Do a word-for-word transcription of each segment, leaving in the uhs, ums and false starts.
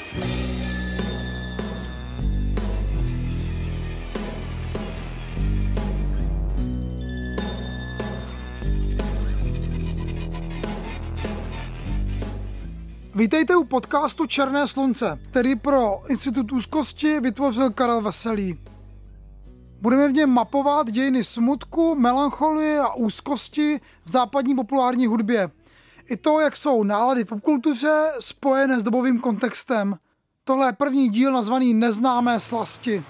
Vítejte u podcastu Černé slunce, který pro Institut úzkosti vytvořil Karel Veselý. Budeme v něm mapovat dějiny smutku, melancholie a úzkosti v západní populární hudbě. I to, jak jsou nálady v popkultuře spojené s dobovým kontextem. Tohle je první díl nazvaný Neznámé slasti.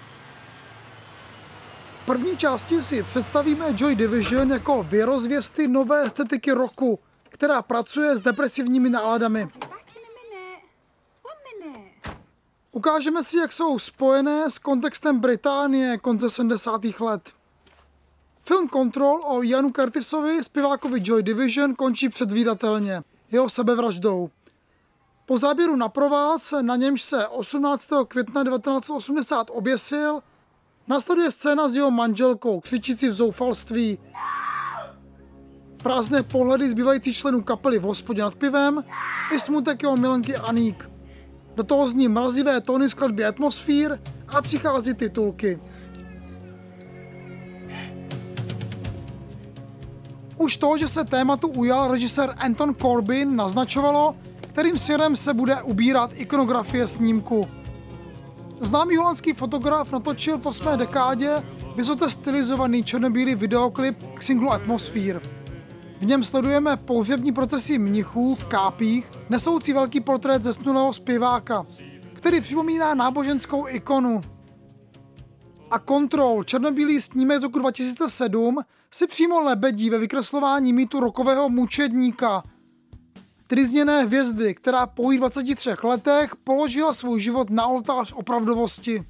V první části si představíme Joy Division jako věrozvěsty nové estetiky rocku, která pracuje s depresivními náladami. Ukážeme si, jak jsou spojené s kontextem Británie konce sedmdesátých let. Film Control o Ianu Curtisovi, zpěvákovi Joy Division, končí předvídatelně jeho sebevraždou. Po záběru na provaz, na němž se osmnáctého května devatenáct set osmdesát oběsil, následuje scéna s jeho manželkou, křičící v zoufalství. Prázdné pohledy zbývajících členů kapely v hospodě nad pivem i smutek jeho milenky Aník. Do toho zní mrazivé tóny skladby Atmosphere a přichází titulky. Už to, že se tématu ujal režisér Anton Corbijn, naznačovalo, kterým směrem se bude ubírat ikonografie snímku. Známý holandský fotograf natočil v osmé dekádě vysoce stylizovaný černobílý videoklip k singlu Atmosphere. V něm sledujeme pohřební procesy mnichů v kápích, nesoucí velký portrét zesnulého zpěváka, který připomíná náboženskou ikonu. A Control, černobílý snímek z roku dva tisíce sedm, si přímo lebedí ve vykreslování mýtu rockového mučedníka, trizněné hvězdy, která po dvaceti třech letech položila svůj život na oltář opravdovosti.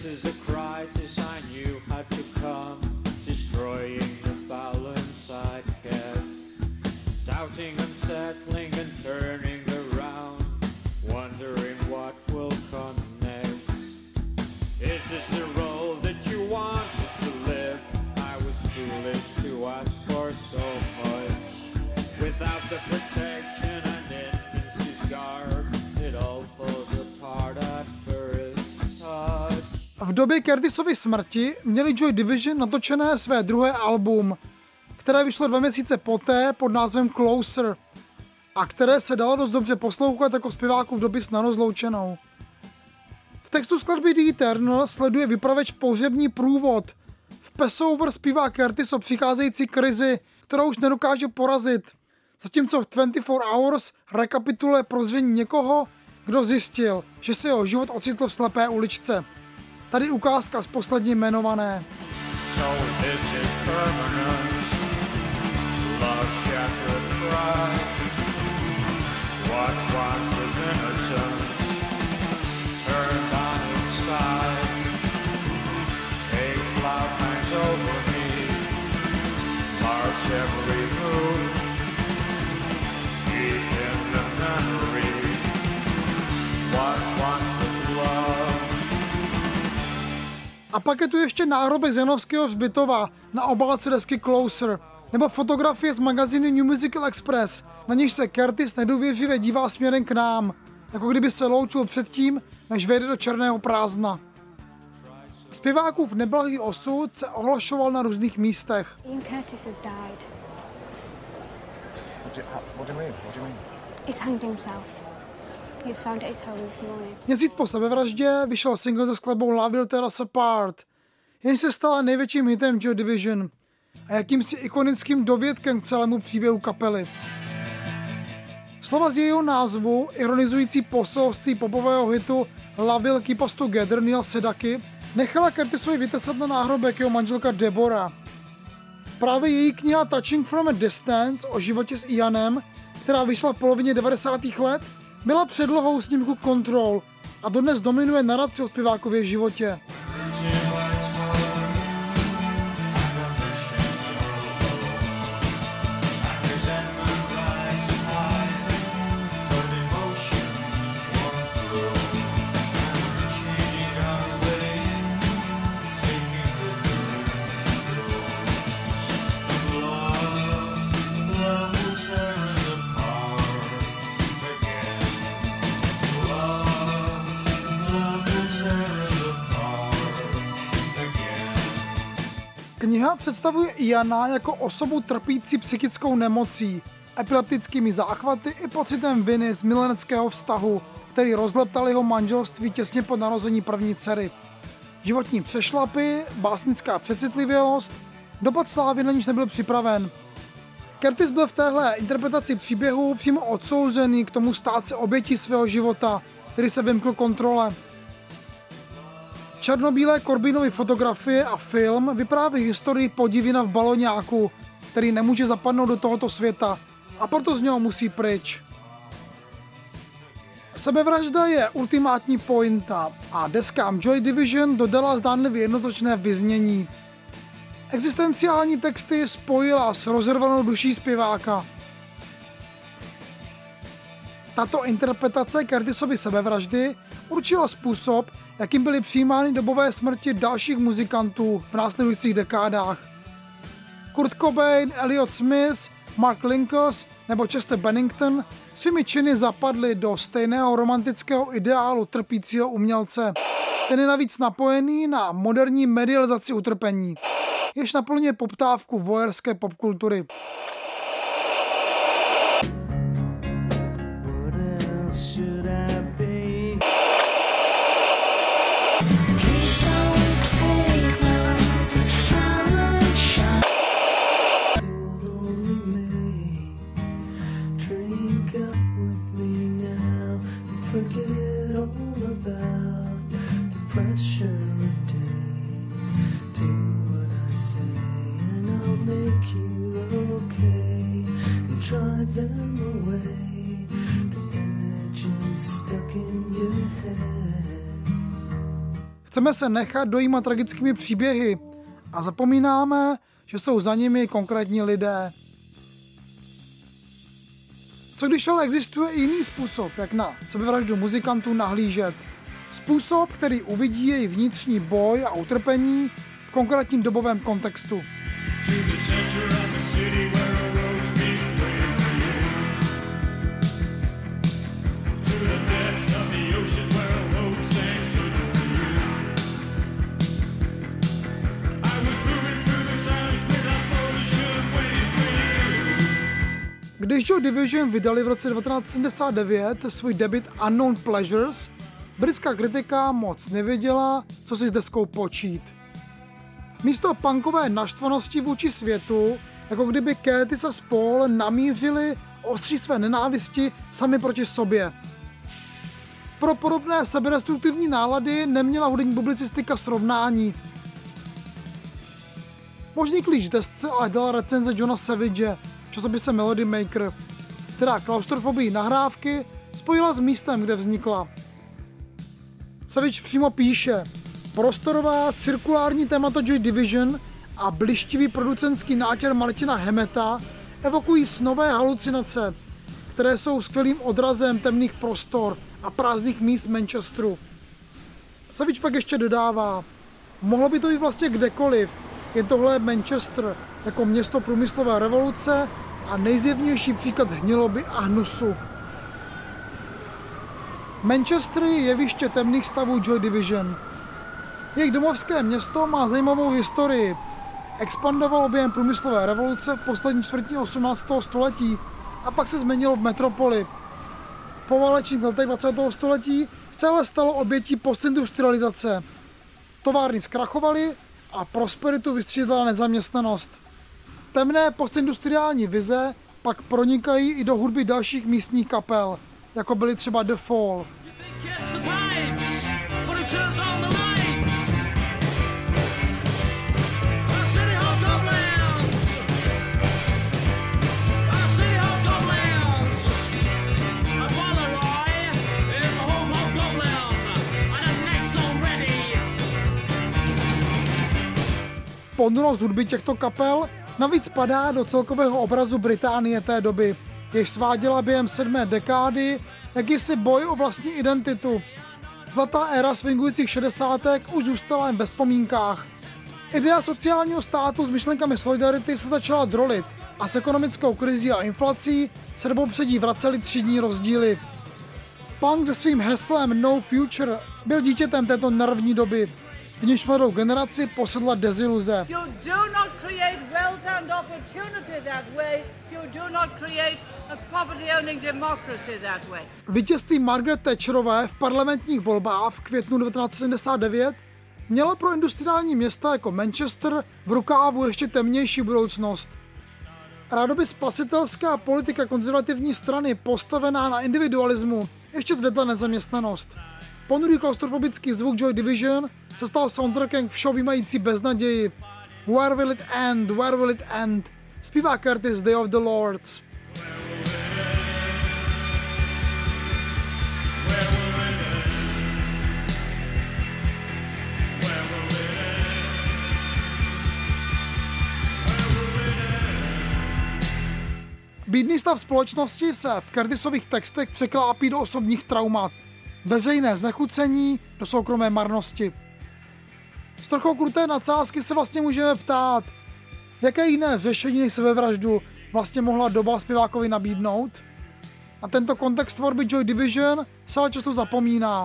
Doubting and settling and turning around, wondering what will come next. Is this the role that you wanted to live? I was foolish to ask for so much. Without the protection and infancy's garb, it all falls apart at first touch. V době Curtisovy smrti měli Joy Division natočené své druhé album, které vyšlo dva měsíce poté pod názvem Closer a které se dalo dost dobře poslouchat jako zpěvákův dopis na rozloučenou. V textu skladby The Eternal sleduje vypraveč pohřební průvod. V Passover zpívá Curtis o přicházející krizi, kterou už nedokáže porazit, zatímco v dvacet čtyři Hours rekapituluje prozření někoho, kdo zjistil, že se jeho život ocitl v slepé uličce. Tady ukázka z poslední jmenované. So this is permanent. Love shattered pride. What once was innocent turned on its side. A cloud hangs over me, marks every move. Deep in the memory, what once was love. A pak je tu ještě náhrobek z Janovského hřbitova na obálce desky Closer, nebo fotografie z magazínu New Musical Express, na níž se Curtis nedůvěřivě dívá směrem k nám, jako kdyby se loučil předtím, než vejde do černého prázdna. Zpěvákův neblahý osud se ohlašoval na různých místech. Ian Curtis has died. What do, what do you mean? What do you mean? He's hanged himself. He was found at his home this morning. Měsíc po sebevraždě vyšel single se skladbou Love Will Tear Us Apart, jen se stala největším hitem Joy Division a jakýmsi ikonickým dovědkem k celému příběhu kapely. Slova z jejího názvu, ironizující poselství popového hitu Love Will Keep Us Together Neil Sedaka, nechala Curtisovi vytesat na náhrobek jeho manželka Deborah. Právě její kniha Touching from a Distance o životě s Ianem, která vyšla v polovině devadesátých let, byla předlohou snímku Control a dodnes dominuje naraci o zpěvákově životě. Kniha představuje Iana jako osobu trpící psychickou nemocí, epileptickými záchvaty i pocitem viny z mileneckého vztahu, který rozleptal jeho manželství těsně po narození první dcery. Životní přešlapy, básnická přecitlivělost, dopad slávy na níž nebyl připraven. Curtis byl v téhle interpretaci příběhu přímo odsouzený k tomu stát se obětí svého života, který se vymkl kontrole. Černobílé Corbynovy fotografie a film vypráví historii podivina v baloňáku, který nemůže zapadnout do tohoto světa a proto z něho musí pryč. Sebevražda je ultimátní pointa a deskám Joy Division dodala zdánlivě jednoznačné vyznění. Existenciální texty spojila s rozervanou duší zpěváka. Tato interpretace Curtisovy sebevraždy určila způsob, jakým byly přijímány dobové smrti dalších muzikantů v následujících dekádách. Kurt Cobain, Elliott Smith, Mark Linkous nebo Chester Bennington svými činy zapadli do stejného romantického ideálu trpícího umělce. Ten je navíc napojený na moderní medializaci utrpení, jež naplňuje poptávku voyeurské popkultury. Chceme se nechat dojímat tragickými příběhy a zapomínáme, že jsou za nimi konkrétní lidé. Co když ale existuje i jiný způsob, jak na sebevraždu muzikantů nahlížet? Způsob, který uvidí její vnitřní boj a utrpení v konkrétním dobovém kontextu. Když Joy Division vydali v roce devatenáct set sedmdesát devět svůj debut Unknown Pleasures, britská kritika moc nevěděla, co si s deskou počít. Místo punkové naštvanosti vůči světu, jako kdyby Curtis a spol namířili ostří své nenávisti sami proti sobě. Pro podobné sebedestruktivní nálady neměla hudební publicistika srovnání. Možný klíč desce ale dala recenze Johna Savage, časopise Melody Maker, která klaustrofobii nahrávky spojila s místem, kde vznikla. Savage přímo píše: prostorová cirkulární témata Joy Division a blištivý producentský nátěr Martina Hemeta evokují snové halucinace, které jsou skvělým odrazem temných prostor a prázdných míst Manchesteru. Savage pak ještě dodává: mohlo by to být vlastně kdekoliv, jen tohle je Manchester jako město průmyslové revoluce a nejzjevnější příklad hniloby a hnusu. Manchester je jeviště temných stavů Joy Division. Jejich domovské město má zajímavou historii. Expandoval během průmyslové revoluce v poslední čtvrtině osmnáctého století a pak se změnilo v metropoli. V poválečných letech dvacátého století se ale stalo obětí postindustrializace. Továrny zkrachovaly a prosperitu vystřídala nezaměstnanost. Temné postindustriální vize pak pronikají i do hudby dalších místních kapel, jako byly třeba The Fall. Ponurost hudby těchto kapel navíc padá do celkového obrazu Británie té doby, jež sváděla během sedmé dekády jakýsi boj o vlastní identitu. Zlatá éra swingujících šedesátek už zůstala jen ve vzpomínkách. Idea sociálního státu s myšlenkami solidarity se začala drolit a s ekonomickou krizí a inflací se do popředí vracely třídní rozdíly. Punk se svým heslem No Future byl dítětem této nervní doby. v níž mladou generaci posedla deziluze. You do not create wealth and opportunity that way. You do not create a property-owning democracy that way. Vítězství Margaret Thatcherové v parlamentních volbách v květnu devatenáct set sedmdesát devět měla pro industriální města jako Manchester v rukávu ještě temnější budoucnost. Rádoby spasitelská politika konzervativní strany postavená na individualismu ještě zvedla nezaměstnanost. Ponurý klaustrofobický zvuk Joy Division se stal soundtrackem všeobjímající beznaději. Where will it end? Where will it end? Zpívá Curtis Day of the Lords. Bídný stav společnosti se v Curtisových textech překlápí do osobních traumat, veřejné znechucení do soukromé marnosti. Z trochu kruté nadsázky se vlastně můžeme ptát, jaké jiné řešení než sebevraždu vlastně mohla doba zpěvákovi nabídnout? Na tento kontext tvorby Joy Division se ale často zapomíná.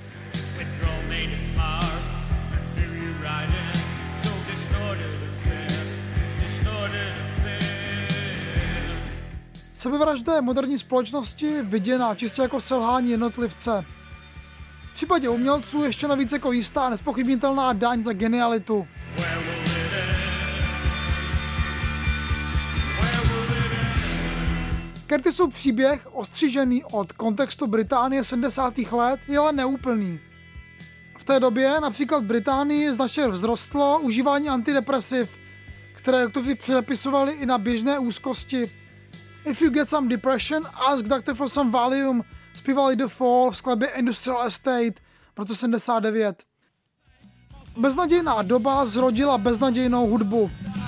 Sebevražda je moderní společnosti viděna čistě jako selhání jednotlivce. V případě umělců ještě navíc jako jistá nespochybnitelná daň za genialitu. Curtisův příběh, ostřížený od kontextu Británie sedmdesátých let, je ale neúplný. V té době například v Británii značně vzrostlo užívání antidepresiv, které doktoři předepisovali i na běžné úzkosti. If you get some depression, ask doctor for some Valium, zpívali The Fall v skladbě Industrial Estate v roce sedmdesát devět. Beznadějná doba zrodila beznadějnou hudbu.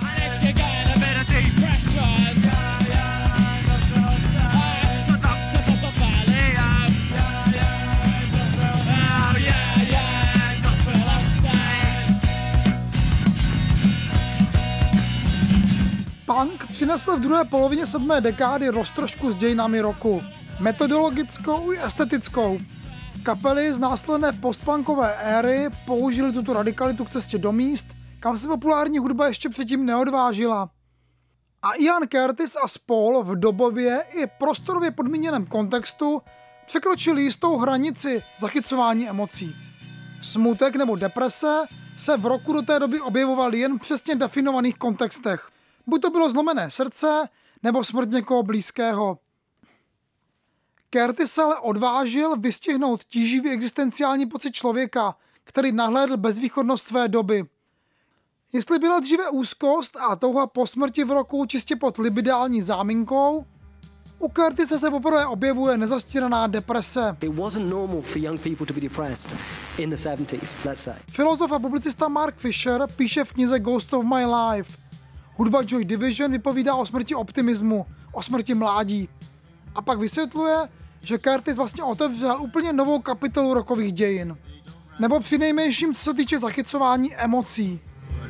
Punk přinesl v druhé polovině sedmé dekády roztržku s dějinami roku. Metodologickou i estetickou. Kapely z následné postpunkové éry použili tuto radikalitu k cestě do míst, kam se populární hudba ještě předtím neodvážila. A Ian Curtis a spol v dobově i prostorově podmíněném kontextu překročili jistou hranici zachycování emocí. Smutek nebo deprese se v roku do té doby objevovaly jen v přesně definovaných kontextech. Buď to bylo zlomené srdce, nebo smrt někoho blízkého. Curtis se ale odvážil vystihnout tíživý existenciální pocit člověka, který nahlédl bezvýchodnost své doby. Jestli byla dříve úzkost a touha po smrti v roku čistě pod libidální záminkou, u Curtise se poprvé objevuje nezastíraná deprese. It wasn't normal for young people to be depressed in the seventies, let's say. Filozof a publicista Mark Fisher píše v knize Ghost of My Life. Hudba Joy Division vypovídá o smrti optimismu, o smrti mládí. A pak vysvětluje, že Curtis vlastně otevřel úplně novou kapitolu rockových dějin. Nebo přinejmenším, co se týče zachycování emocí.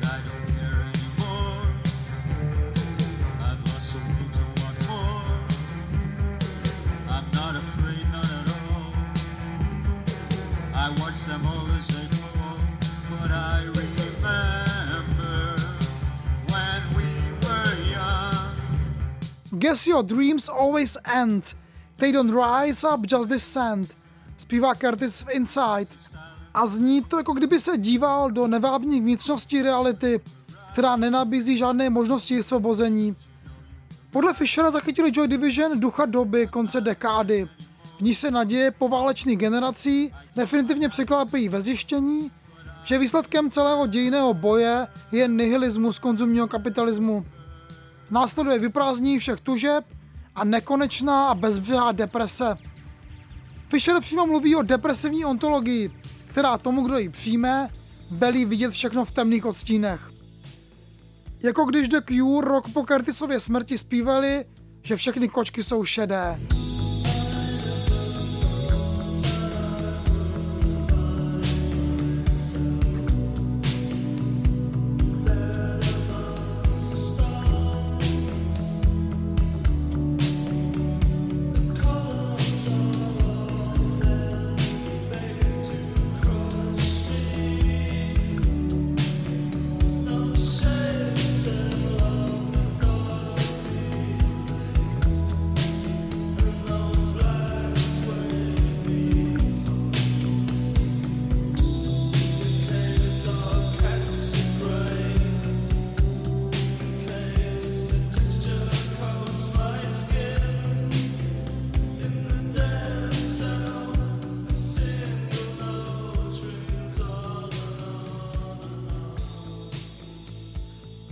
Guess your dreams always end. They don't rise up, just descend. Zpívá Curtis v Inside. A zní to, jako kdyby se díval do nevábných vnitřností reality, která nenabízí žádné možnosti vysvobození. Podle Fishera zachytili Joy Division ducha doby konce dekády. V ní se naděje poválečných generací definitivně překlápějí ve zjištění, že výsledkem celého dějinného boje je nihilismus konzumního kapitalismu. Následuje vyprázdnění všech tužeb a nekonečná a bezbřehá deprese. Fisher přímo mluví o depresivní ontologii, která tomu, kdo ji přijme, velí vidět všechno v temných odstínech. Jako když The Cure rok po Curtisově smrti zpívali, že všechny kočky jsou šedé.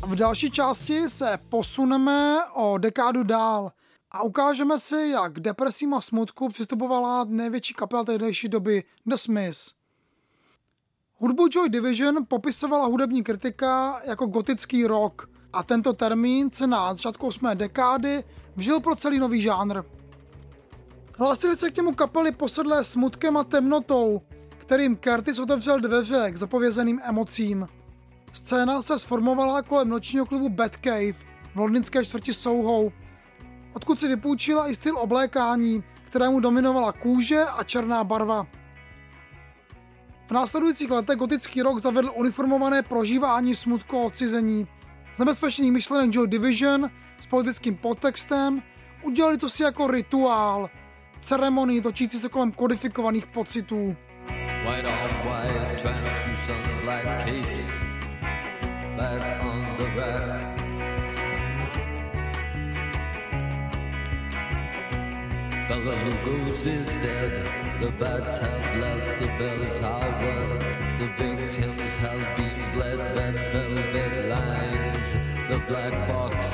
V další části se posuneme o dekádu dál a ukážeme si, jak k depresím a smutku přistupovala největší kapela tehdejší doby The Smiths. Hudbu Joy Division popisovala hudební kritika jako gotický rock a tento termín se na začátku osmé dekády vžil pro celý nový žánr. Hlásili se k němu kapely posedlé smutkem a temnotou, kterým Curtis otevřel dveře k zapovězeným emocím. Scéna se sformovala kolem nočního klubu Batcave v londýnské čtvrti Soho, odkud si vypůjčila i styl oblékání, kterému dominovala kůže a černá barva. V následujících letech gotický rock zavedl uniformované prožívání smutku a odcizení. Z nebezpečných myšlenek Joy Division s politickým podtextem udělali to si jako rituál, ceremonii točící se kolem kodifikovaných pocitů. White on white, translucent black capes, back on the rack. Bela Lugos is dead, the bats have left the bell tower, the victims have been bled, red velvet lines, the black box.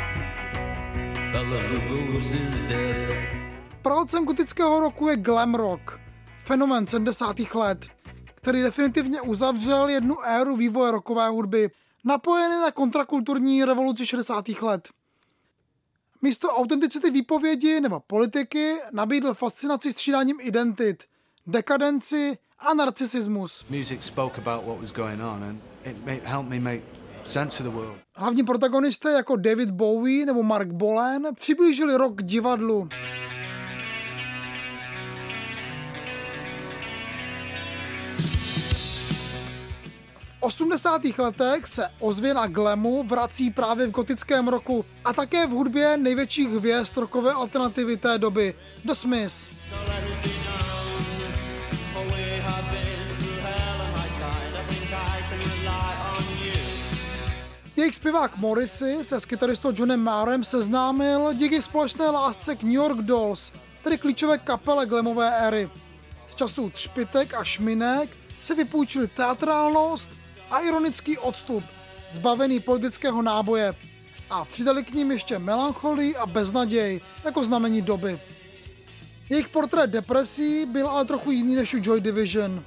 Bela Lugos is dead. Praotcem gotického roku je glam rock, fenomén sedmdesátých let, který definitivně uzavřel jednu éru vývoje rockové hudby, napojený na kontrakulturní revoluci šedesátých let. Místo autenticity výpovědi nebo politiky nabídl fascinaci střídáním identit, dekadenci a narcisismus. Music spoke about what was going on and it helped me make sense of the world. Hlavní protagonisté jako David Bowie nebo Mark Bolan přiblížili rock k divadlu. V osmdesátých letech se ozvěna glamu vrací právě v gotickém roku a také v hudbě největších hvězd rockové alternativy té doby, The Smiths. Jejich zpěvák Morrissey se s kytaristou Johnem Marrem seznámil díky společné lásce k New York Dolls, tedy klíčové kapele glamové éry. Z časů třpitek a šminek se vypůjčili teatrálnost a ironický odstup, zbavený politického náboje, a přidali k ním ještě melancholii a beznaděj jako znamení doby. Jejich portrét depresí byl ale trochu jiný než u Joy Division.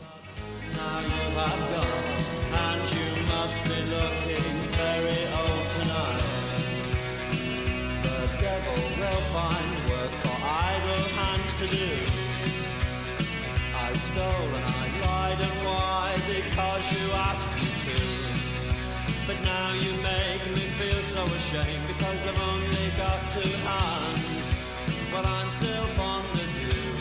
But now you make me feel so ashamed because I've only got two hands. But I'm still fond of you.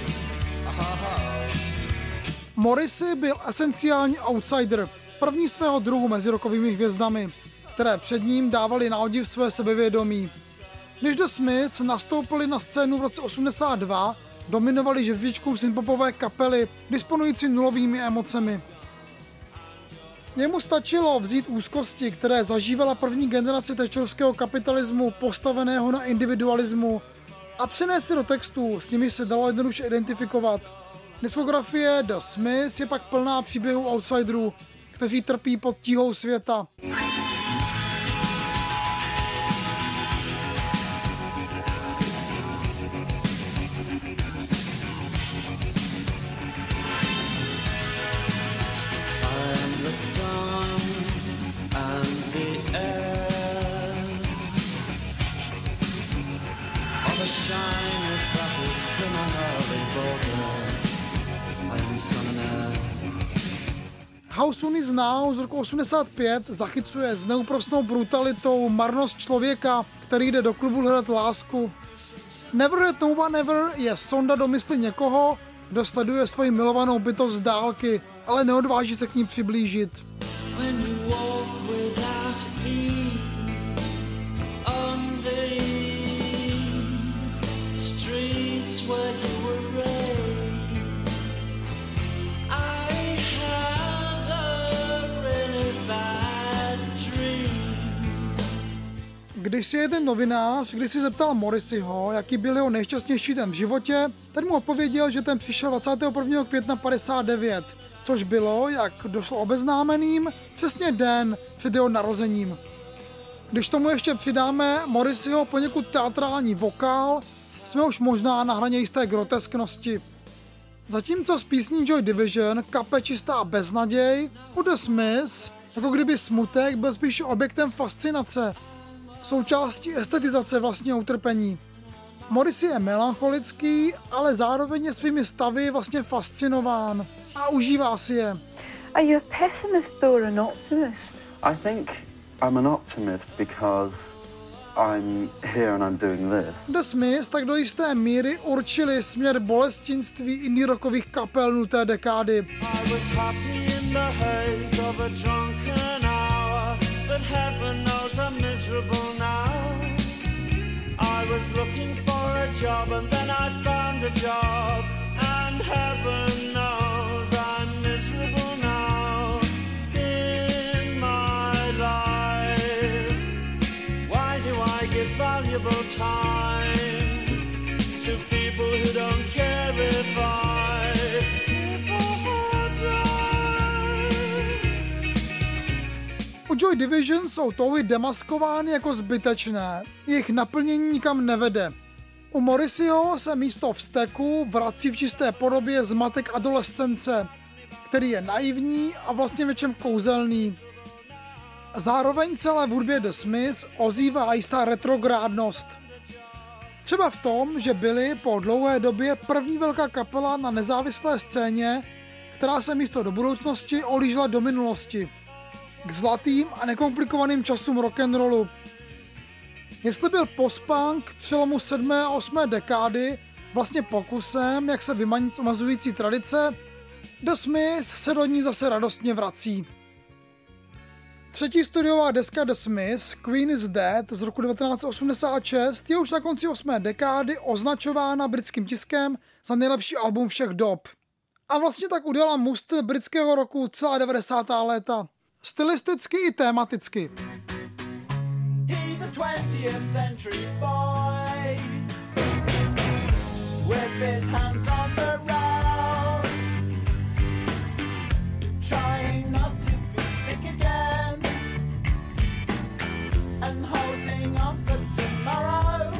Morrissey byl esenciální outsider, první svého druhu mezi rockovými hvězdami, které před ním dávali na odiv své sebevědomí. Když The Smiths nastoupili na scénu v roce osmdesát dva, dominovali žebříčkou synthpopové kapely disponující nulovými emocemi. Jemu stačilo vzít úzkosti, které zažívala první generace thatcherovského kapitalismu postaveného na individualismu, a přenést je do textů, s nimi se dalo jednoduše identifikovat. Diskografie The Smiths je pak plná příběhů outsiderů, kteří trpí pod tíhou světa. How Soon Is Now z roku osmdesát pět zachycuje s neúprosnou brutalitou marnost člověka, který jde do klubu hledat lásku. Never Had No One Ever je sonda do mysli někoho, kdo sleduje svoji milovanou bytost z dálky, ale neodváží se k ní přiblížit. Když si jeden novinář když si zeptal Morrisseyho, jaký byl jeho nejšťastnější den v životě, ten mu odpověděl, že ten přišel dvacátého prvního května padesát devět, což bylo, jak došlo obeznámeným, přesně den před jeho narozením. Když tomu ještě přidáme Morrisseyho poněkud teatrální vokál, jsme už možná na hraně jisté grotesknosti. Zatímco z písní Joy Division kape čistá beznaděj, u The Smiths, jako kdyby smutek byl spíš objektem fascinace, součástí estetizace vlastního utrpení. Morrissey je melancholický, ale zároveň je svými stavy vlastně fascinován a užívá si je. Are you a pessimist or an optimist? I think I'm an optimist because I'm here and I'm doing this. The Smiths tak do jisté míry určili směr bolestinství indie rockových kapel nuté dekády. I was happy in the haze of a drunken hour, but heaven knows I'm miserable now. I was looking for a job and then I found a job, and heaven knows I'm miserable now in my life. Why do I give valuable time to people who don't care if I live or die? U Joy Division jsou touhy demaskovány jako zbytečné, jejich naplnění nikam nevede. U Morrisseyho se místo vzteku vrací v čisté podobě zmatek adolescence, který je naivní a vlastně v něčem kouzelný. Zároveň celé v hudbě The Smiths ozývá jistá retrográdnost. Třeba v tom, že byli po dlouhé době první velká kapela na nezávislé scéně, která se místo do budoucnosti olížila do minulosti. K zlatým a nekomplikovaným časům rock'n'rollu. Jestli byl post-punk přelomu sedmé a osmé dekády vlastně pokusem, jak se vymanit z umazující tradice, The Smiths se do ní zase radostně vrací. Třetí studiová deska The Smiths, Queen is Dead z roku devatenáct set osmdesát šest, je už na konci osmé dekády označována britským tiskem za nejlepší album všech dob. A vlastně tak udělala must britského roku celá devadesátá léta. Stylisticky i tematicky. He's a twentieth century boy with his hands on the rails, trying not to be sick again and holding on for tomorrow.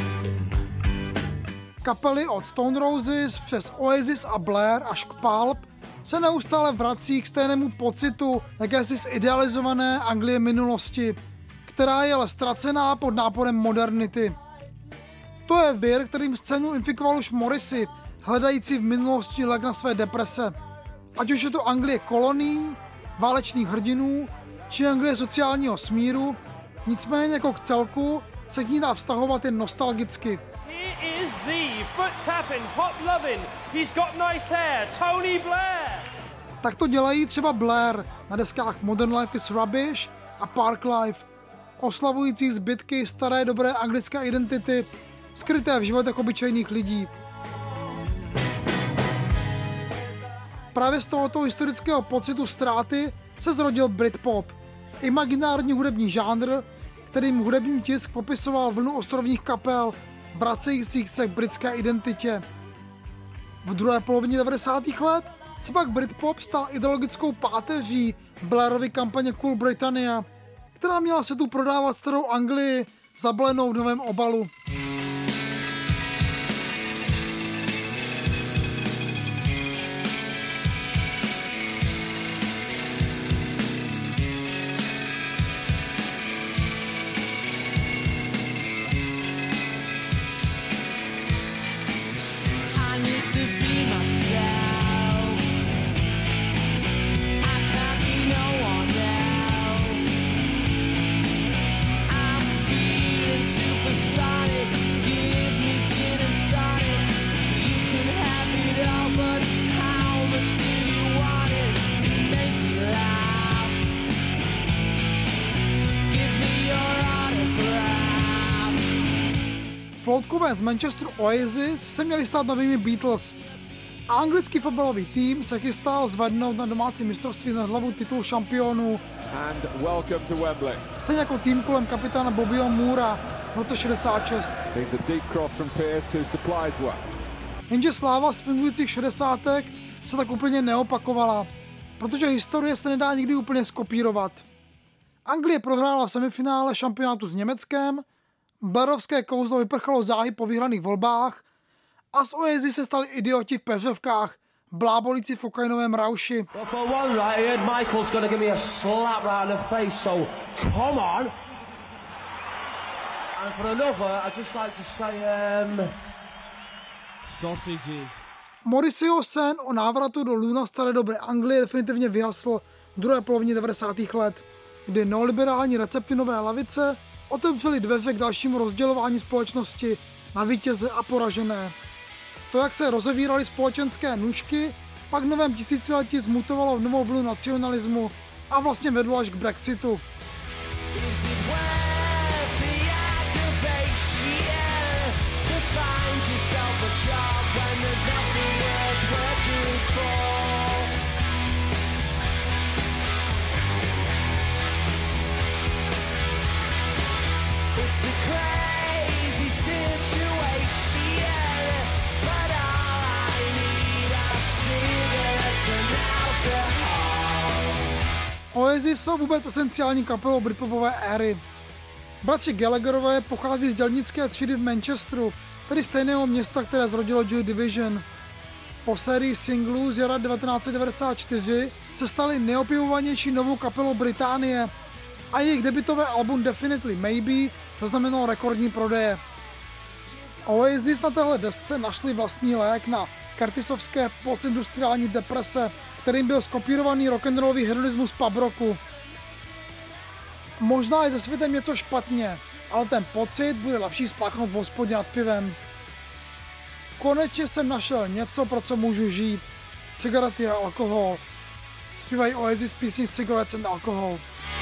Kapely od Stone Roses přes Oasis a Blair až k Pulp se neustále vrací k stejnému pocitu jakési zidealizované Anglie minulosti, která je ale ztracená pod náporem modernity. To je vir, kterým scénu infikoval už Morrissey, hledající v minulosti lék na své deprese. Ať už je to Anglie kolonií, válečných hrdinů, či Anglie sociálního smíru, nicméně jako k celku se k ní dá vztahovat jen nostalgicky. He is the foot-tapping, pop-loving, he's got nice hair, Tony Blair. Tak to dělají třeba Blair na deskách Modern Life is Rubbish a Park Life, oslavující zbytky staré dobré anglické identity, skryté v životech obyčejných lidí. Právě z tohoto historického pocitu ztráty se zrodil Britpop, imaginární hudební žánr, kterým hudební tisk popisoval vlnu ostrovních kapel, vracejících se k britské identitě. V druhé polovině devadesátých let se pak Britpop stal ideologickou páteří Blairovy kampaně Cool Britannia, která měla se tu prodávat starou Anglii zabalenou v novém obalu. Floutkové z Manchesteru Oasis se měli stát novými Beatles. A anglický fotbalový tým se chystal zvednout na domácí mistrovství na hlavu titul šampionů. Stejně jako tým kolem kapitána Bobbyho Moora v roce šedesát šest. Jenže sláva z fungujících šedesátek se tak úplně neopakovala, protože historie se nedá nikdy úplně skopírovat. Anglie prohrála v semifinále šampionátu s Německem, Blairovské kouzlo vyprchalo záhy po vyhraných volbách a z Oasis se stali idioti v peřovkách, blábolíci v kokainovém rauši. Well, for one, right, I heard Michael's gonna give me a slap right in the face, so come on. And for another, I'd just like to say, um, sausages. Morrisseyho sen o návratu do lůna staré dobré Anglie definitivně vyhasl v druhé polovině devadesátých let, kdy neoliberální recepty nové lavice otevřely dveře k dalšímu rozdělování společnosti na vítěze a poražené. To, jak se rozevíraly společenské nůžky, pak v novém tisíciletí zmutovalo v novou vlnu nacionalismu a vlastně vedlo až k Brexitu. Oasis jsou vůbec esenciální kapelou britpopové éry. Bratři Gallagherové pochází z dělnické třídy v Manchesteru, tedy stejného města, které zrodilo Joy Division. Po sérii singlů z jara devatenáct set devadesát čtyři se stali nejopěvovanější novou kapelou Británie a jejich debutové album Definitely Maybe zaznamenalo rekordní prodeje. Oasis na téhle desce našli vlastní lék na curtisovské postindustriální deprese, kterým byl skopírovaný rock'n'rollový hedonismus pub rocku. Možná je se světem něco špatně, ale ten pocit bude lepší spláchnout v hospodě nad pivem. Konečně jsem našel něco, pro co můžu žít. Cigarety a alkohol. Zpívají Oasis písni Cigarettes and Alcohol.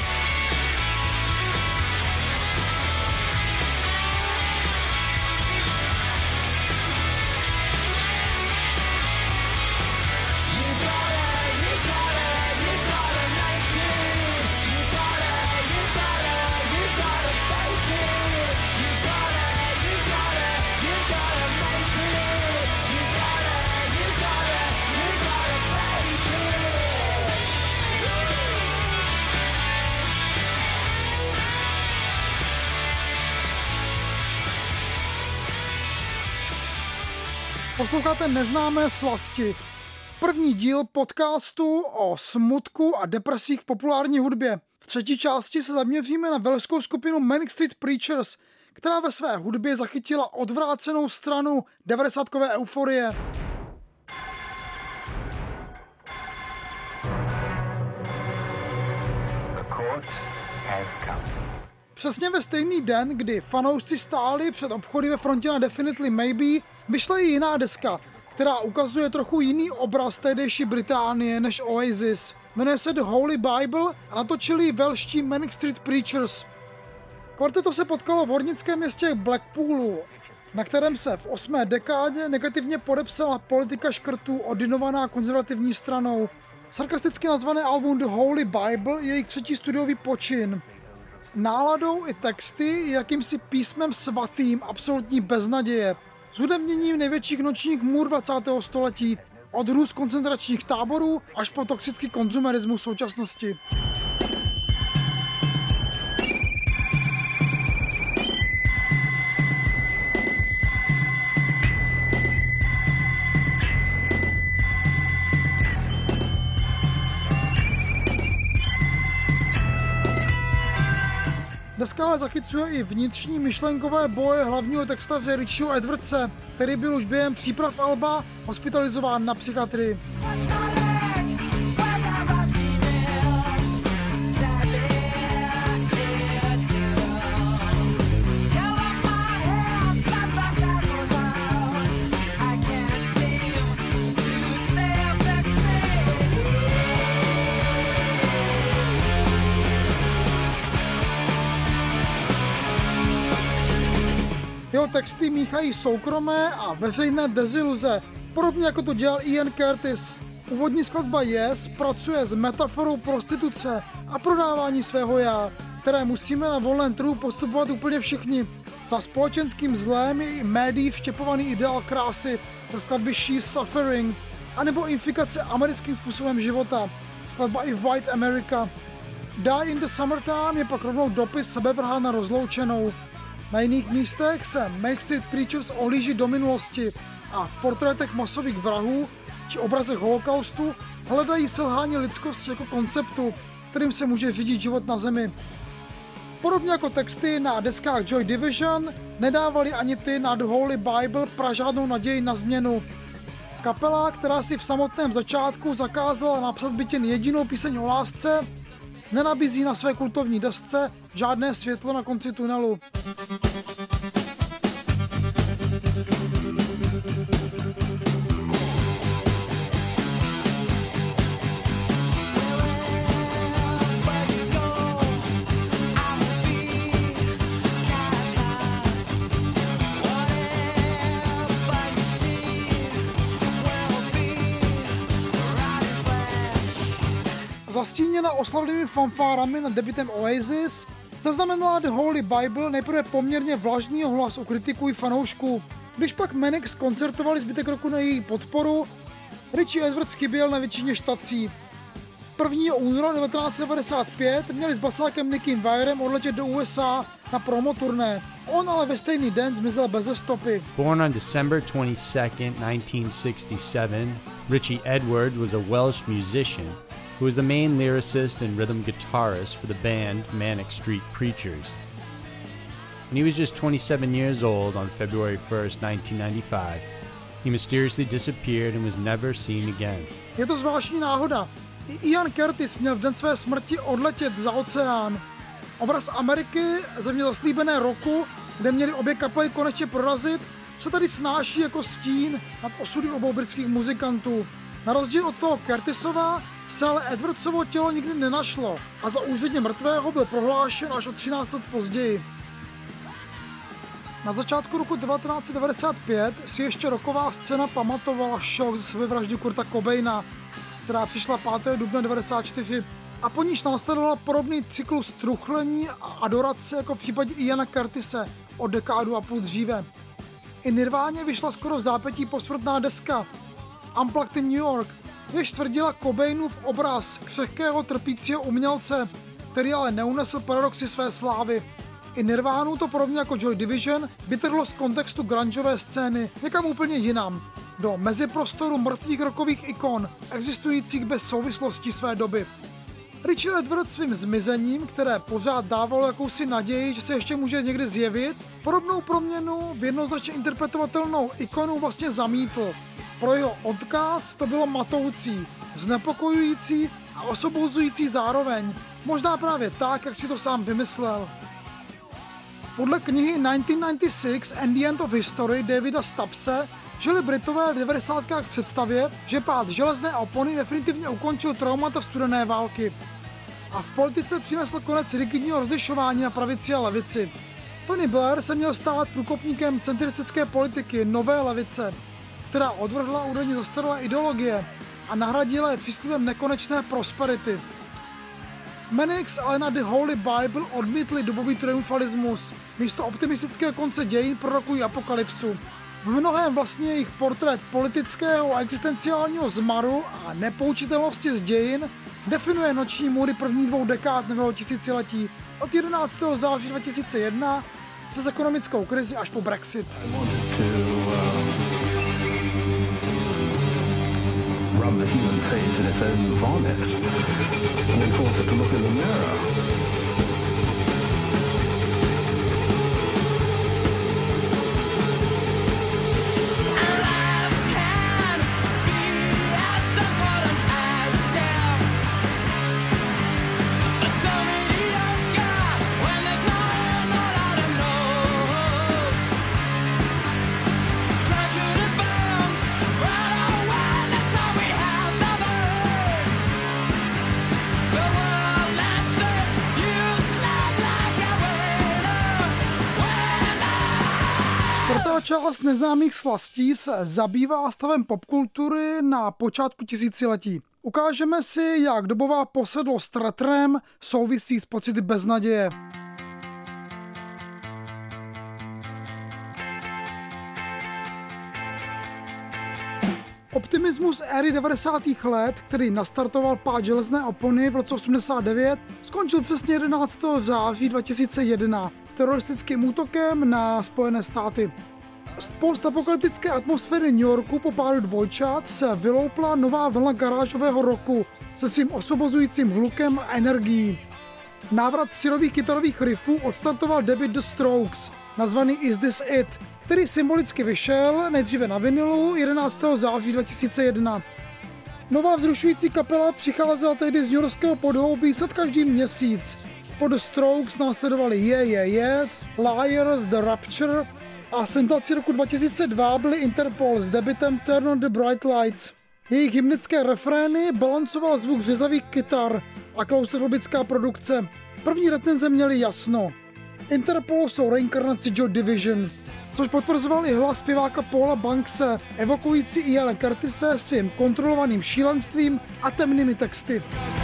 Posloucháte Neznámé slasti, první díl podcastu o smutku a depresích v populární hudbě. V třetí části se zaměříme na velšskou skupinu Manic Street Preachers, která ve své hudbě zachytila odvrácenou stranu devadesátkové euforie. Přesně ve stejný den, kdy fanoušci stáli před obchody ve frontě na Definitely Maybe, vyšla i jiná deska, která ukazuje trochu jiný obraz tehdejší Británie než Oasis. Jmenuje se The Holy Bible a natočili velští Manic Street Preachers. Kvarteto se potkalo v hornickém městě Blackpoolu, na kterém se v osmé dekádě negativně podepsala politika škrtů ordinovaná konzervativní stranou. Sarkasticky nazvané album The Holy Bible je jejich třetí studiový počin. Náladou i texty je jakýmsi písmem svatým absolutní beznaděje. S hudebněním největších nočních můr dvacátého století, od růst koncentračních táborů až po toxický konzumerismus současnosti. Deska ale zachycuje i vnitřní myšlenkové boje hlavního textaře Richieho Edwardse, který byl už během příprav alba hospitalizován na psychiatrii. Jeho texty míchají soukromé a veřejné deziluze, podobně jako to dělal Ian Curtis. Úvodní skladba Yes pracuje s metaforou prostituce a prodávání svého já, které musíme na volném trhu postupovat úplně všichni. Za společenským zlém je i médií vštěpovaný ideál krásy ze skladby She's Suffering, anebo infikace americkým způsobem života, skladba i White America. Die in the Summertime je pak rovnou dopis sebevrha na rozloučenou. Na jiných místech se Main Street Preachers ohlíží do minulosti a v portrétech masových vrahů či obrazech holokaustu hledají selhání lidskosti jako konceptu, kterým se může řídit život na zemi. Podobně jako texty na deskách Joy Division nedávali ani ty na The Holy Bible pražádnou naději na změnu. Kapela, která si v samotném začátku zakázala napsat byt jen jedinou píseň o lásce, nenabízí na své kultovní desce žádné světlo na konci tunelu. Zastíněna oslavnými fanfárami nad debutem Oasis, zaznamenala The Holy Bible nejprve poměrně vlažný hlas u kritiků i fanoušků. Když pak Manics koncertovali zbytek roku na její podporu, Richie Edwards chyběl na většině štací. prvního února devatenáct set devadesát pět měli s basákem Nickem Wirem odletět do U S A na promo turné. On ale ve stejný den zmizel beze stopy. Born on December twenty-second, nineteen sixty-seven, Richie Edwards was a Welsh musician who was the main lyricist and rhythm guitarist for the band Manic Street Preachers. When he was just twenty-seven years old on February first, nineteen ninety-five, he mysteriously disappeared and was never seen again. Je to zvláštní náhoda. I Ian Curtis měl v den své smrti odletět za oceán. Obraz Ameriky, země zaslíbené roku, kde měli obě kapely konečně prorazit, se tady snáší jako stín nad osudy obou britských muzikantů. Na rozdíl od toho Curtisova se ale Edwardsovo tělo nikdy nenašlo a za úředně mrtvého byl prohlášen až o třináct let později. Na začátku roku devatenáct set devadesát pět si ještě rocková scéna pamatovala šok ze sebevraždy Kurta Cobaina, která přišla pátého dubna devadesát čtyři a po níž následoval podobný cyklus truchlení a adorace jako v případě Iana Curtise o dekádu a půl dříve. I Nirváně vyšla skoro v zápětí posmrtná deska Unplugged in New York, jež tvrdila Cobainův obraz křehkého trpícího umělce, který ale neunesl paradoxy své slávy. I Nirvánu to podobně jako Joy Division vytrhlo z kontextu grungeové scény někam úplně jinam, do meziprostoru mrtvých rockových ikon, existujících bez souvislostí své doby. Richie Edwards svým zmizením, které pořád dávalo jakousi naději, že se ještě může někdy zjevit, podobnou proměnu v jednoznačně interpretovatelnou ikonu vlastně zamítl. Pro jeho odkaz to bylo matoucí, znepokojující a osobozující zároveň, možná právě tak, jak si to sám vymyslel. Podle knihy nineteen ninety-six and the End of History Davida Stubbse žili Britové v devadesátkách v představě, že pád železné opony definitivně ukončil traumata studené války a v politice přinesl konec rigidního rozlišování na pravici a levici. Tony Blair se měl stát průkopníkem centristické politiky nové levice, která odvrhla údajně zastaralé ideologie a nahradila je příslibem nekonečné prosperity. Manics ale na The Holy Bible odmítli dobový triumfalismus. Místo optimistického konce dějin prorokují apokalypsu. V mnohém vlastně jejich portrét politického a existenciálního zmaru a nepoučitelnosti z dějin definuje noční můry prvních dvou dekád nového tisíciletí od jedenáctého září dva tisíce jedna přes ekonomickou krizi až po Brexit. Rub the human face in its own vomit and then force it to look in the mirror. Část neznámých slastí se zabývá stavem popkultury na počátku tisíciletí. Ukážeme si, jak dobová posedlost retrem souvisí s pocity beznaděje. Optimismus éry devadesátých let, který nastartoval pád železné opony v roce osmdesát devět, skončil přesně jedenáctého září dva tisíce jedna teroristickým útokem na Spojené státy. Z postapokalyptické atmosféry New Yorku po pádu dvojčat se vyloupla nová vlna garážového rocku se svým osvobozujícím hlukem a energií. Návrat syrových kytarových riffů odstartoval debut The Strokes, nazvaný Is This It, který symbolicky vyšel nejdříve na vinilu jedenáctého září dva tisíce jedna. Nová vzrušující kapela přicházela tehdy z newyorského podhoubí snad každý měsíc. Po The Strokes následovali Yeah Yeah Yes, Liars, The Rapture a senzací roku dva tisíce dva byli Interpol s debutem Turn on the Bright Lights. Jejich hymnické refrény balancoval zvuk řezavých kytar a klaustrofobická produkce. První recenze měly jasno. Interpol jsou reinkarnací Joy Division, což potvrzoval i hlas zpěváka Paula Bankse, evokující Iana Curtise svým kontrolovaným šílenstvím a temnými texty.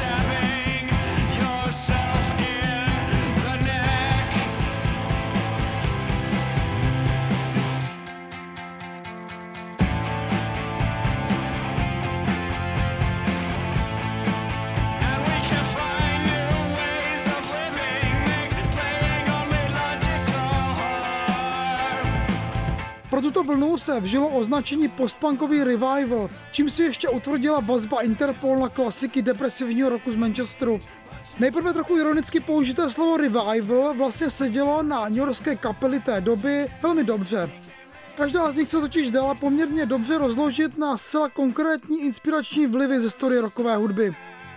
Pro tuto vlnu se vžilo označení postpunkový revival, čím si ještě utvrdila vazba Interpol na klasiky depresivního roku z Manchesteru. Nejprve trochu ironicky použité slovo revival vlastně sedělo na newyorské kapely té doby velmi dobře. Každá z nich se totiž dala poměrně dobře rozložit na zcela konkrétní inspirační vlivy ze historie rockové hudby.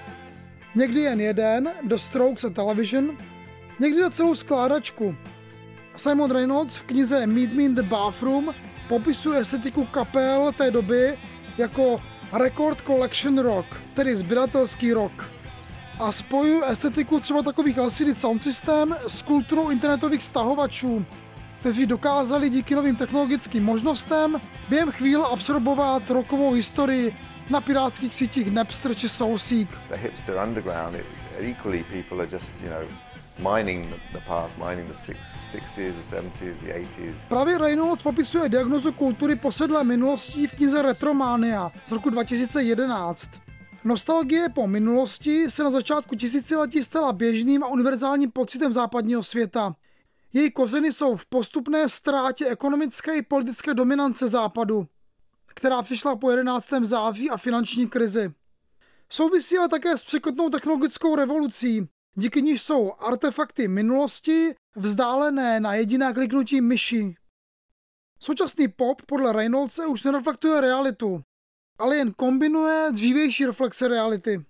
Někdy jen jeden, The Strokes a Television, někdy na celou skládačku. Simon Reynolds v knize Meet Me in the Bathroom popisuje estetiku kapel té doby jako record collection rock, tedy sběratelský rock. A spojuje estetiku třeba takových L C D sound system s kulturou internetových stahovačů, kteří dokázali díky novým technologickým možnostem během chvíle absorbovat rockovou historii na pirátských sítích Napster či Soulseek. The hipster underground, it, equally people are just, you know, mining the past, mining the sixties, the seventies, the eighties. Právě Reynolds popisuje diagnozu kultury posedlé minulostí v knize Retromania z roku dva tisíce jedenáct. Nostalgie po minulosti se na začátku tisíciletí stala běžným a univerzálním pocitem západního světa. Její kořeny jsou v postupné ztrátě ekonomické i politické dominance západu, která přišla po jedenáctého září a finanční krizi. Souvisí ale také s překotnou technologickou revolucí, díky níž jsou artefakty minulosti vzdálené na jediné kliknutí myši. Současný pop podle Reynoldse už nereflektuje realitu, ale jen kombinuje dřívější reflexe reality.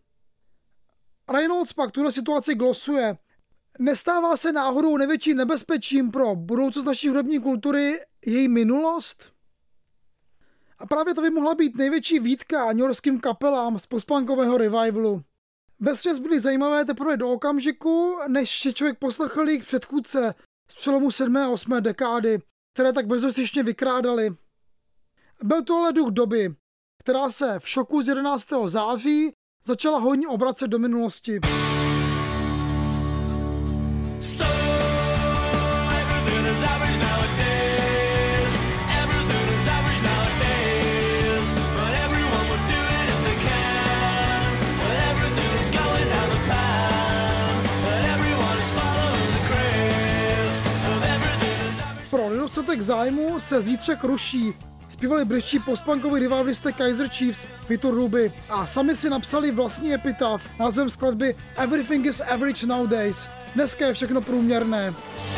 Reynolds pak tuhle situaci glosuje. Nestává se náhodou největším nebezpečím pro budoucnost naší hudební kultury její minulost? A právě to by mohla být největší výtka newyorským kapelám z postpunkového revivalu. Vesměs byly zajímavé teprve do okamžiku, než si člověk poslechl jejich předchůdce z přelomu sedmé a osmé dekády, které tak bezostyšně vykrádali. Byl to ale duch doby, která se v šoku z jedenáctého září začala hojně obracet do minulosti. So, pro nedostatek zájmu se zítřek ruší, zpívali britští postpunkoví revivalisté Kaiser Chiefs, Vitor Ruby a sami si napsali vlastní epitaf názvem skladby Everything is average nowadays. Dneska je všechno průměrné.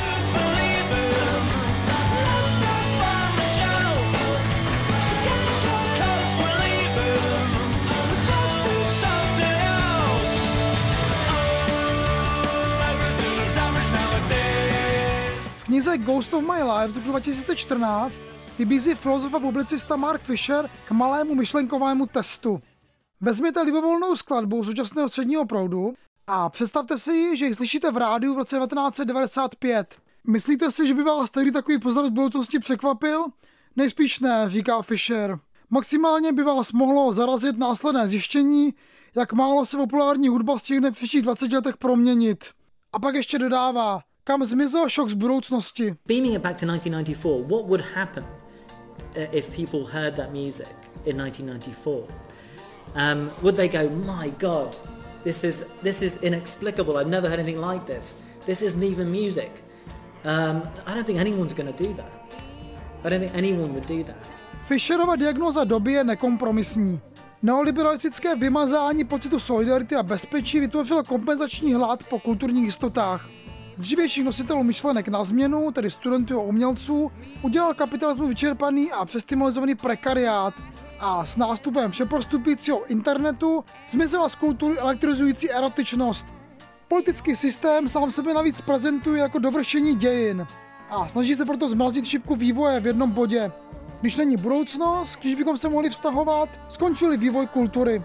V knize Ghost of My Life z roku dva tisíce čtrnáct vybízí filozof a publicista Mark Fisher k malému myšlenkovému testu. Vezměte libovolnou skladbu současného středního proudu a představte si ji, že ji slyšíte v rádiu v roce devatenáct set devadesát pět. Myslíte si, že by vás tehdy takový poznat z budoucnosti překvapil? Nejspíš ne, říká Fisher. Maximálně by vás mohlo zarazit následné zjištění, jak málo se populární hudba stihne v příštích dvaceti letech proměnit. A pak ještě dodává, kam zmizel šok z budoucnosti. Beaming it back to nineteen ninety-four, what would happen if people heard that music in nineteen ninety-four. Um, would they go, my God, this is this is inexplicable. I've never heard anything like this. This isn't even music. Um, I don't think anyone's going to do that. I don't think anyone would do that. Fisherova diagnóza doby je nekompromisní. Neoliberalistické vymazání pocitu solidarity a bezpečí vytvořilo kompenzační hlad po kulturních jistotách. Z dřívějších nositelů myšlenek na změnu, tedy studentů a umělců, udělal kapitalismus vyčerpaný a přestimulizovaný prekariát a s nástupem všeprostupujícího internetu zmizela z kultury elektrizující erotičnost. Politický systém sám sebe navíc prezentuje jako dovršení dějin a snaží se proto zmrazit šipku vývoje v jednom bodě. Když není budoucnost, když bychom se mohli vztahovat, skončili vývoj kultury.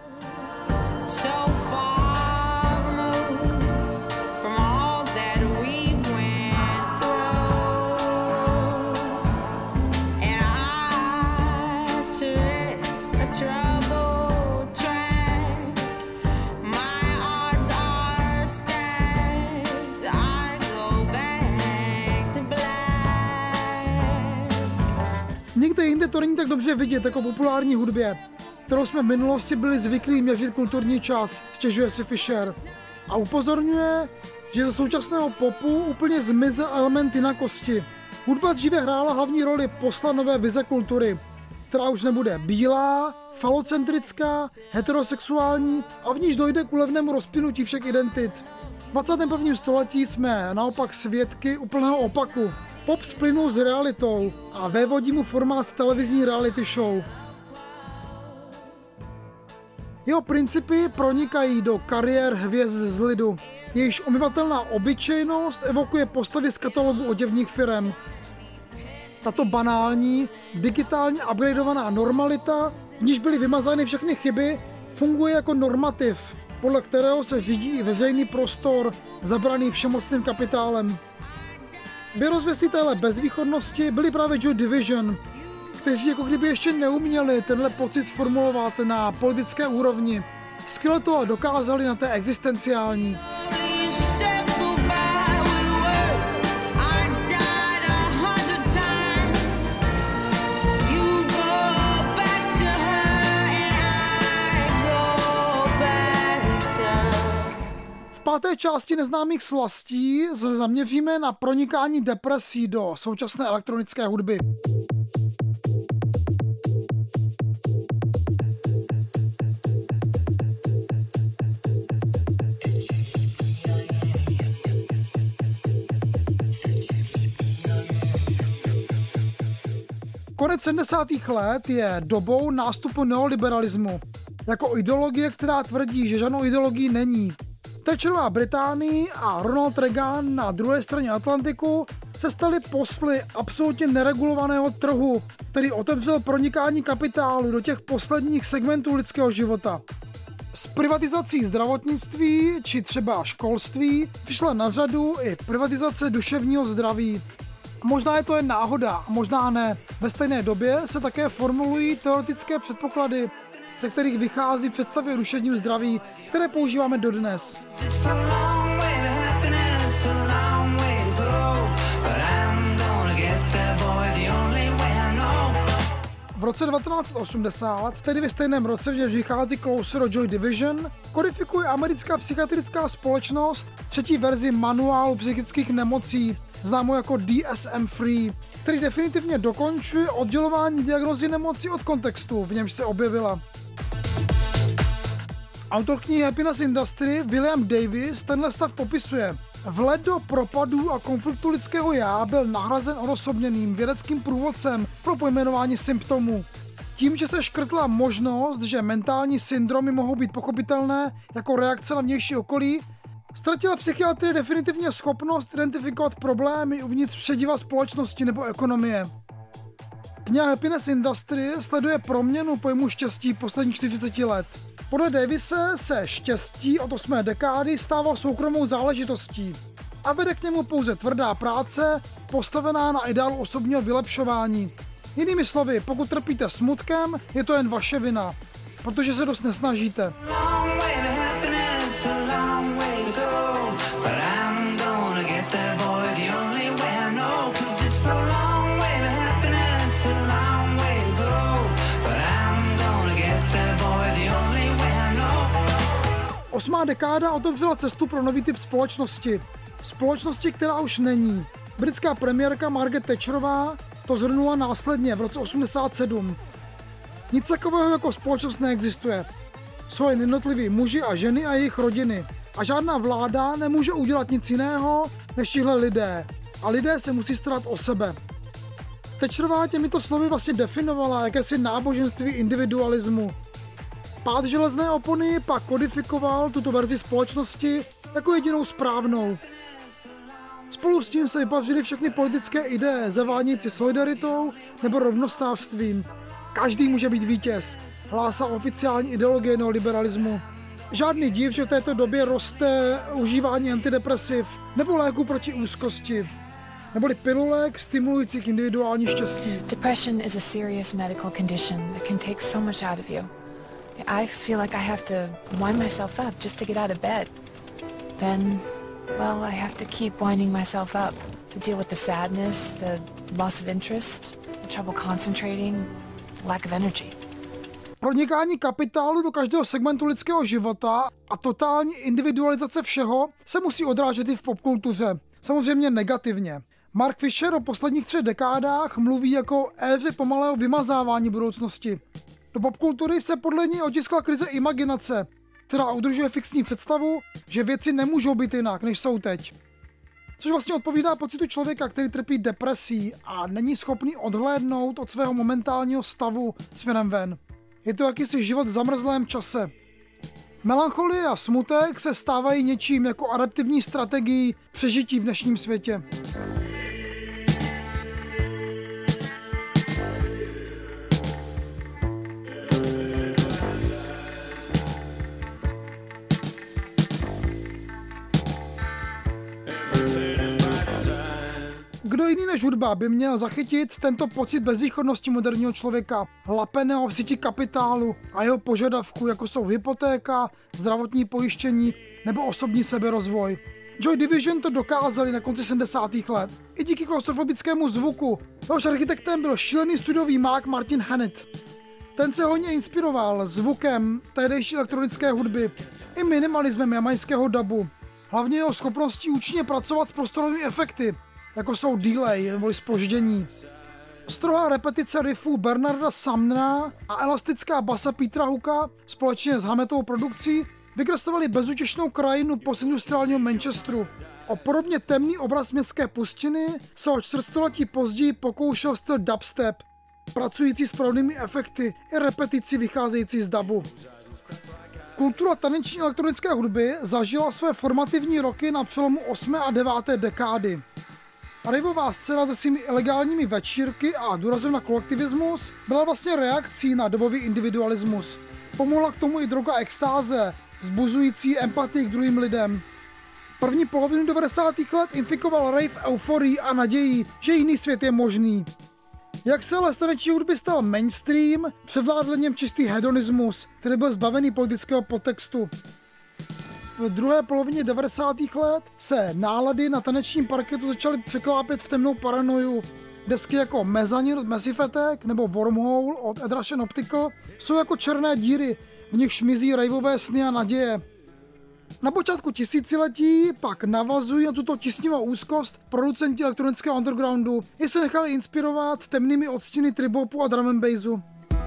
Nikde jinde to není tak dobře vidět jako populární hudbě, kterou jsme v minulosti byli zvyklí měřit kulturní čas, stěžuje si Fisher. A upozorňuje, že ze současného popu úplně zmizel element jinakosti. Hudba dříve hrála hlavní roli posla nové vize kultury, která už nebude bílá, falocentrická, heterosexuální a v níž dojde k úlevnému rozpinutí všech identit. V dvacátém prvním století jsme naopak svědky úplného opaku. Pop splynul s realitou a vévodí mu formát televizní reality show. Jeho principy pronikají do kariér hvězd z lidu. Jejíž omyvatelná obyčejnost evokuje postavy z katalogu oděvních firem. Tato banální, digitálně upgradeovaná normalita, v níž byly vymazány všechny chyby, funguje jako normativ, podle kterého se řídí i veřejný prostor, zabraný všemocným kapitálem. Vyrozvěstitelé bezvýchodnosti byli právě Joy Division, kteří jako kdyby ještě neuměli tenhle pocit sformulovat na politické úrovni. Skvěle to dokázali na té existenciální. V páté části Neznámých slastí se zaměříme na pronikání depresí do současné elektronické hudby. Konec sedmdesátých let je dobou nástupu neoliberalismu, jako ideologie, která tvrdí, že žádnou ideologií není. Thatcherová Británii a Ronald Reagan na druhé straně Atlantiku se stali posly absolutně neregulovaného trhu, který otevřel pronikání kapitálu do těch posledních segmentů lidského života. S privatizací zdravotnictví či třeba školství vyšla na řadu i privatizace duševního zdraví. Možná je to jen náhoda, možná ne. Ve stejné době se také formulují teoretické předpoklady, ze kterých vychází představy o duševním zdraví, které používáme dodnes. V roce devatenáct osmdesát, tedy ve stejném roce, v němž vychází Closer o Joy Division, kodifikuje americká psychiatrická společnost třetí verzi manuálu psychických nemocí, známou jako D S M Free, který definitivně dokončuje oddělování diagnózy nemocí od kontextu, v němž se objevila. Autor knihy Happiness Industry William Davis tenhle stav popisuje. Vlet do propadů a konfliktu lidského já byl nahrazen odosobněným vědeckým průvodcem pro pojmenování symptomů. Tím, že se škrtla možnost, že mentální syndromy mohou být pochopitelné jako reakce na vnější okolí, ztratila psychiatrie definitivně schopnost identifikovat problémy uvnitř přediva společnosti nebo ekonomie. Kniha Happiness Industry sleduje proměnu pojmu štěstí posledních čtyřiceti let. Podle Davise se štěstí od osmé dekády stává soukromou záležitostí a vede k němu pouze tvrdá práce, postavená na ideálu osobního vylepšování. Jinými slovy, pokud trpíte smutkem, je to jen vaše vina, protože se dost nesnažíte. Osmá dekáda otevřela cestu pro nový typ společnosti. Společnosti, která už není. Britská premiérka Margaret Thatcherová to zhrnula následně v roce osmdesát sedm. Nic takového jako společnost neexistuje. Jsou jen jednotliví muži a ženy a jejich rodiny. A žádná vláda nemůže udělat nic jiného než tihle lidé. A lidé se musí starat o sebe. Thatcherová těmito slovy vlastně definovala jakési náboženství individualismu. Pád železné opony pak kodifikoval tuto verzi společnosti jako jedinou správnou. Spolu s tím se vypařily všechny politické ideje zavádějící solidaritou nebo rovnostářstvím. Každý může být vítěz, hlásá oficiální ideologie neoliberalismu. Žádný div, že v této době roste užívání antidepresiv nebo léků proti úzkosti, neboli pilulek stimulujících individuální štěstí. Depression is a serious medical condition that can take so much out of you. I feel like I have to wind myself up just to get out of bed. Then, well, I have to keep winding myself up to deal with the sadness, the loss of interest, the trouble concentrating, lack of energy. Pronikání kapitálu do každého segmentu lidského života a totální individualizace všeho se musí odrážet i v popkultuře. Samozřejmě negativně. Mark Fisher o posledních třech dekádách mluví jako o éře pomalého vymazávání budoucnosti. Do popkultury se podle něj otiskla krize imaginace, která udržuje fixní představu, že věci nemůžou být jinak, než jsou teď. Což vlastně odpovídá pocitu člověka, který trpí depresí a není schopný odhlédnout od svého momentálního stavu směrem ven. Je to jakýsi život v zamrzlém čase. Melancholie a smutek se stávají něčím jako adaptivní strategii přežití v dnešním světě. Kdo jiný než hudba by měl zachytit tento pocit bezvýchodnosti moderního člověka, lapeného v síti kapitálu a jeho požadavků, jako jsou hypotéka, zdravotní pojištění nebo osobní seberozvoj. Joy Division to dokázali na konci sedmdesátých let. I díky klaustrofobickému zvuku. Jehož architektem byl šílený studiový mák Martin Hannett. Ten se hodně inspiroval zvukem tehdejší elektronické hudby i minimalismem jamajského dubu. Hlavně jeho schopností účinně pracovat s prostorovými efekty, jako jsou delay nebo zpoždění. Strohá repetice riffů Bernarda Sumnera a elastická basa Petera Hooka společně s Hammettovou produkcí vykreslovali bezutěšnou krajinu postindustriálního Manchesteru. O podobně temný obraz městské pustiny se o čtvrtstoletí později pokoušel styl dubstep, pracující s pravdivými efekty i repetici vycházející z dubu. Kultura taneční elektronické hudby zažila své formativní roky na přelomu osmé a deváté dekády. Raveová scéna se svými ilegálními večírky a důrazem na kolektivismus byla vlastně reakcí na dobový individualismus. Pomohla k tomu i droga extáze, vzbuzující empatii k druhým lidem. První polovinu devadesátých let infikoval rave euforií a nadějí, že jiný svět je možný. Jak se ale z taneční hudby stal mainstream, převládl něm čistý hedonismus, který byl zbavený politického podtextu. V druhé polovině devadesátých let se nálady na tanečním parketu začaly překlápět v temnou paranoju. Desky jako Mezzanine od Massive Attack nebo Wormhole od Ed Rush and Optical jsou jako černé díry, v nichž mizí raveové sny a naděje. Na počátku tisíciletí pak navazují na tuto tísnivou úzkost producenti elektronického undergroundu, i se nechali inspirovat temnými odstíny tribopu a drum and bassu.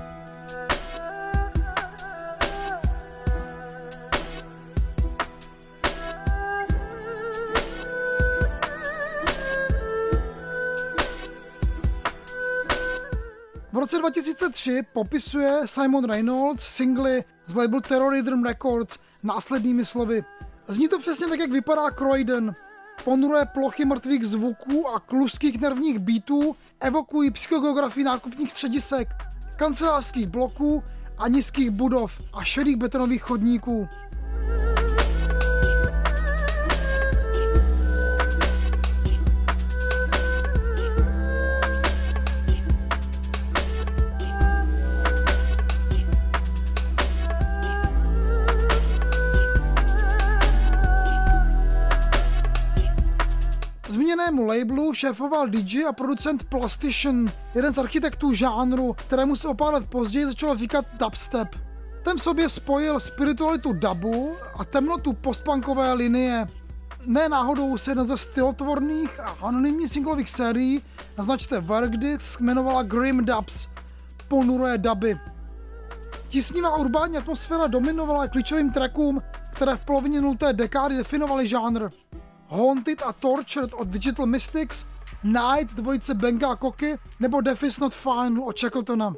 V roce dva tisíce tři popisuje Simon Reynolds singly z labelu Terror Rhythm Records následnými slovy. Zní to přesně tak, jak vypadá Croydon. Ponuré plochy mrtvých zvuků a kluských nervních beatů evokují psychogeografii nákupních středisek, kancelářských bloků a nízkých budov a šedých betonových chodníků. Zmíněnému labelu šéfoval D J a producent Plastician, jeden z architektů žánru, kterému se o pár let později začalo říkat dubstep. Ten v sobě spojil spiritualitu dubu a temnotu postpunkové linie. Ne náhodou se jedna ze stylotvorných a anonymních singlových sérií na značce Vergdisc jmenovala Grim Dubs, ponuré duby. Tísnivá urbání atmosféra dominovala klíčovým trackům, které v polovině nulté dekády definovaly žánr. Haunted a Tortured od Digital Mystics, Night dvojice Benga a Koky nebo Death is Not Final od Shackletona.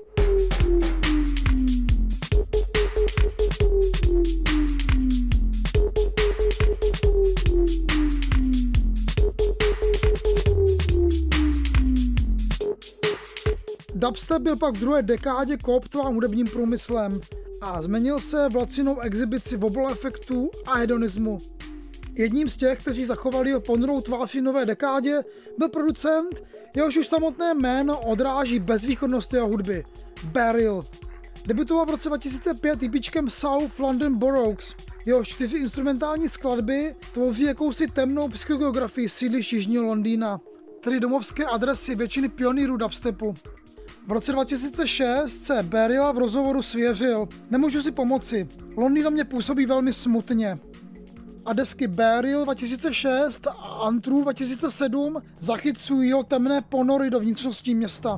Dubstep byl pak v druhé dekádě kooptován hudebním průmyslem a změnil se v lacinou exibici wobble efektů a hedonismu. Jedním z těch, kteří zachovali jeho ponurou tvář v nové dekádě, byl producent, jehož už samotné jméno odráží bezvýchodnost jeho hudby, Burial. Debutoval v roce dva tisíce pět EPčkem South London Boroughs. Jeho čtyři instrumentální skladby tvoří jakousi temnou psychogeografii sídlišť jižního Londýna, tedy domovské adresy většiny pionýrů dubstepu. V roce dva tisíce šest se Burial v rozhovoru svěřil: nemůžu si pomoci, Londýn na mě působí velmi smutně. A desky Burial dva tisíce šest a Untrue dva tisíce sedm zachycují jeho temné ponory do vnitřností města.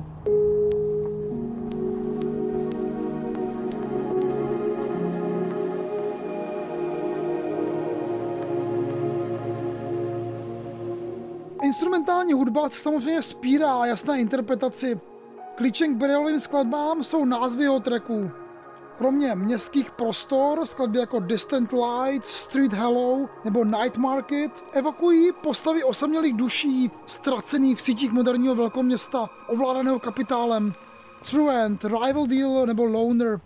Instrumentální hudba se samozřejmě spírá jasné interpretaci. Klíčem k Burialovým skladbám jsou názvy jeho tracků. Kromě městských prostor, skladby jako Distant Lights, Street Hello nebo Night Market evokují postavy osamělých duší ztracených v sítích moderního velkoměsta, ovládaného kapitálem. Truant, Rival Dealer nebo Loner.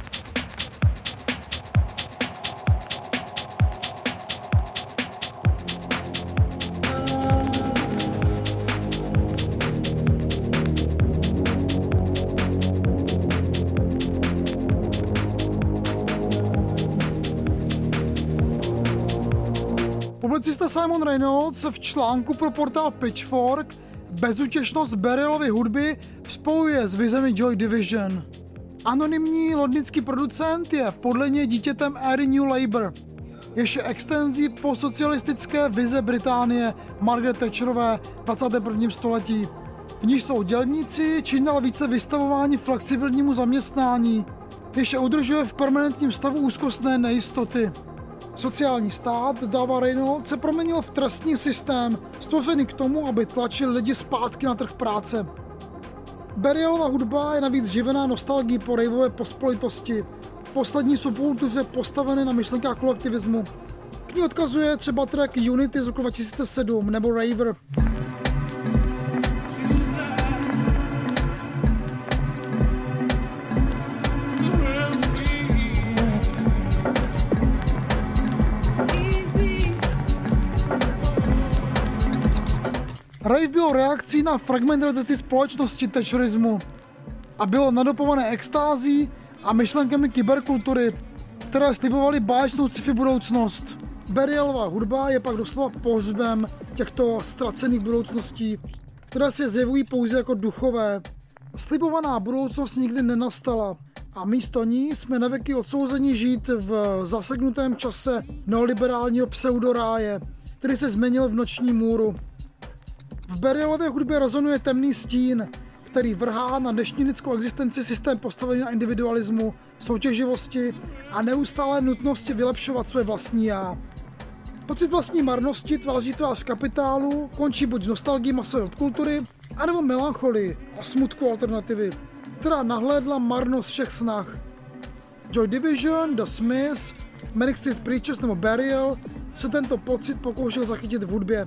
Publicista Simon Reynolds v článku pro portál Pitchfork bezútěšnost Burialovy hudby spojuje s vizemi Joy Division. Anonymní londýnský producent je podle něj dítětem éry New Labour, jež je extenzí postsocialistické vize Británie Margaret Thatcherové v dvacátém prvním století. V níž jsou dělníci čím dál více vystavováni flexibilnímu zaměstnání, jež je udržuje v permanentním stavu úzkostné nejistoty. Sociální stát, dává Reynolds, se proměnil v trestní systém, stvořený k tomu, aby tlačil lidi zpátky na trh práce. Burialova hudba je navíc živená nostalgií po raveové pospolitosti. Poslední subkultuře postavené na myšlenkách kolektivismu. K ní odkazuje třeba track Unity z roku dva tisíce sedm nebo Raver. Rave bylo reakcí na fragmentalizaci společnosti thatcherismu a bylo nadopované extází a myšlenkami kyberkultury, které slibovaly báječnou sci-fi budoucnost. Burialová hudba je pak doslova pohřbem těchto ztracených budoucností, které se zjevují pouze jako duchové. Slibovaná budoucnost nikdy nenastala a místo ní jsme navěky odsouzeni žít v zasegnutém čase neoliberálního pseudoráje, který se změnil v noční můru. V Burialově hudbě rezonuje temný stín, který vrhá na dnešní lidskou existenci systém postavený na individualismu, soutěživosti a neustálé nutnosti vylepšovat své vlastní já. Pocit vlastní marnosti tváří tvář kapitálu končí buď nostalgií masové kultury, anebo melancholii a smutku alternativy, která nahlédla marnost všech snah. Joy Division, The Smiths, Manic Street Preachers nebo Burial se tento pocit pokoušel zachytit v hudbě.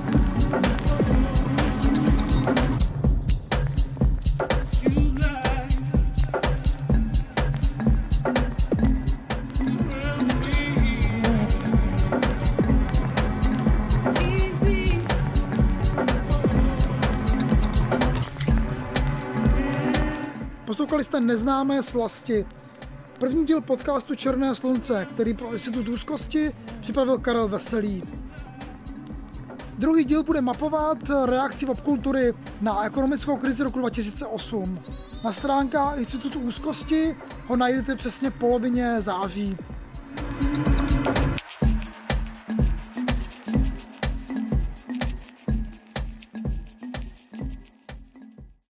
Poslouchali jste Neznámé slasti. První díl podcastu Černé slunce, který pro Institut úzkosti připravil Karel Veselý. Druhý díl bude mapovat reakci popkultury na ekonomickou krizi roku dva tisíce osm. Na stránkách Institutu úzkosti ho najdete přesně v polovině září.